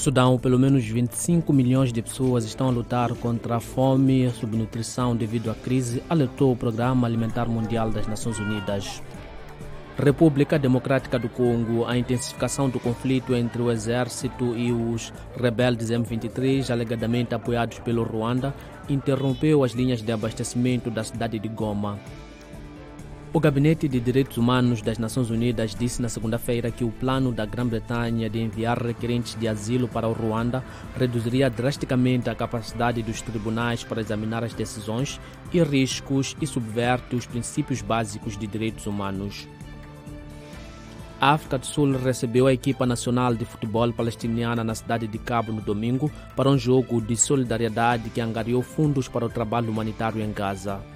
Sudão, pelo menos 25 milhões de pessoas estão a lutar contra a fome e a subnutrição devido à crise, alertou o Programa Alimentar Mundial das Nações Unidas. República Democrática do Congo, a intensificação do conflito entre o exército e os rebeldes M23, alegadamente apoiados pelo Ruanda, interrompeu as linhas de abastecimento da cidade de Goma. O Gabinete de Direitos Humanos das Nações Unidas disse na segunda-feira que o plano da Grã-Bretanha de enviar requerentes de asilo para o Ruanda reduziria drasticamente a capacidade dos tribunais para examinar as decisões e riscos e subverte os princípios básicos de direitos humanos. A África do Sul recebeu a equipa nacional de futebol palestiniana na cidade de Cabo no domingo para um jogo de solidariedade que angariou fundos para o trabalho humanitário em Gaza.